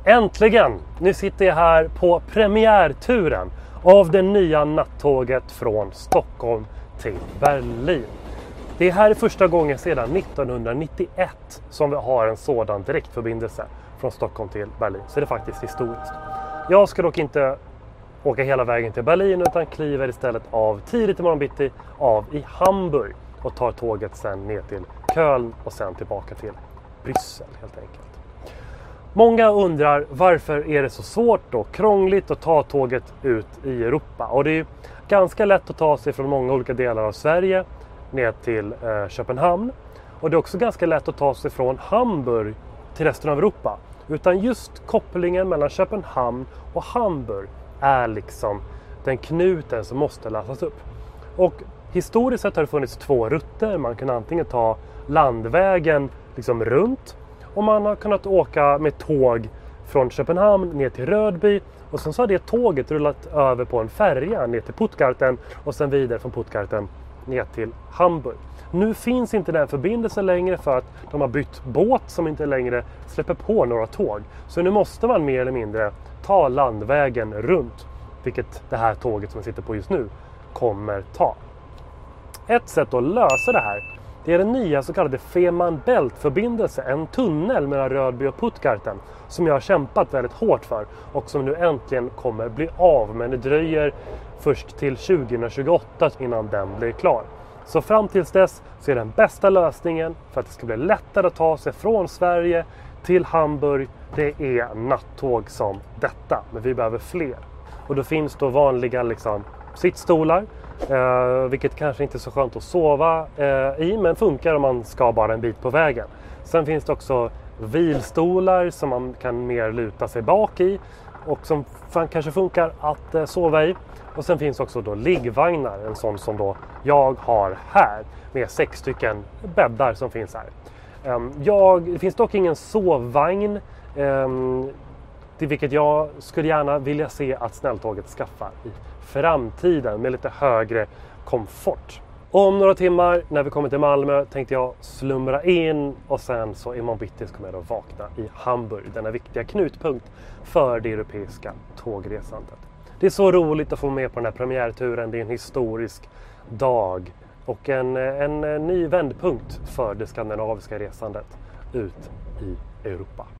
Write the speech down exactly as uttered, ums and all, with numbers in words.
Äntligen! Nu sitter jag här på premiärturen av det nya nattåget från Stockholm till Berlin. Det här är första gången sedan nittonhundranittioett som vi har en sådan direktförbindelse från Stockholm till Berlin. Så det är faktiskt historiskt. Jag ska dock inte åka hela vägen till Berlin utan kliver istället av tidigt i morgon bitti av i Hamburg och tar tåget sen ner till Köln och sen tillbaka till Bryssel helt enkelt. Många undrar varför är det så svårt och krångligt att ta tåget ut i Europa. Och det är ganska lätt att ta sig från många olika delar av Sverige ner till eh, Köpenhamn. Och det är också ganska lätt att ta sig från Hamburg till resten av Europa. Utan just kopplingen mellan Köpenhamn och Hamburg är liksom den knuten som måste lösas upp. Och historiskt sett har det funnits två rutter. Man kan antingen ta landvägen liksom runt. Och man har kunnat åka med tåg från Köpenhamn ner till Rödby. Och sen så har det tåget rullat över på en färja ner till Puttgarten. Och sen vidare från Puttgarten ner till Hamburg. Nu finns inte den förbindelsen längre för att de har bytt båt som inte längre släpper på några tåg. Så nu måste man mer eller mindre ta landvägen runt. Vilket det här tåget som jag sitter på just nu kommer ta. Ett sätt att lösa det här, det är den nya så kallade Fehmarn Bält-förbindelse, en tunnel mellan Rödby och Puttgarten som jag har kämpat väldigt hårt för och som nu äntligen kommer bli av, men det dröjer först till tjugohundratjugoåtta innan den blir klar. Så fram tills dess så är den bästa lösningen för att det ska bli lättare att ta sig från Sverige till Hamburg, det är nattåg som detta, men vi behöver fler. Och då finns då vanliga liksom sittstolar. Eh, vilket kanske inte är så skönt att sova eh, i, men funkar om man ska bara en bit på vägen. Sen finns det också vilstolar som man kan mer luta sig bak i och som fan, kanske funkar att eh, sova i. Och sen finns också då liggvagnar, en sån som då jag har här med sex stycken bäddar som finns här. Eh, jag, det finns dock ingen sovvagn eh, till vilket jag skulle gärna vilja se att snälltåget skaffar i framtiden med lite högre komfort. Om några timmar när vi kommer till Malmö tänkte jag slumra in och sen så imorgon bitti kommer jag då vakna i Hamburg, denna viktiga knutpunkt för det europeiska tågresandet. Det är så roligt att få med på den här premiärturen, det är en historisk dag och en, en, en ny vändpunkt för det skandinaviska resandet ut i Europa.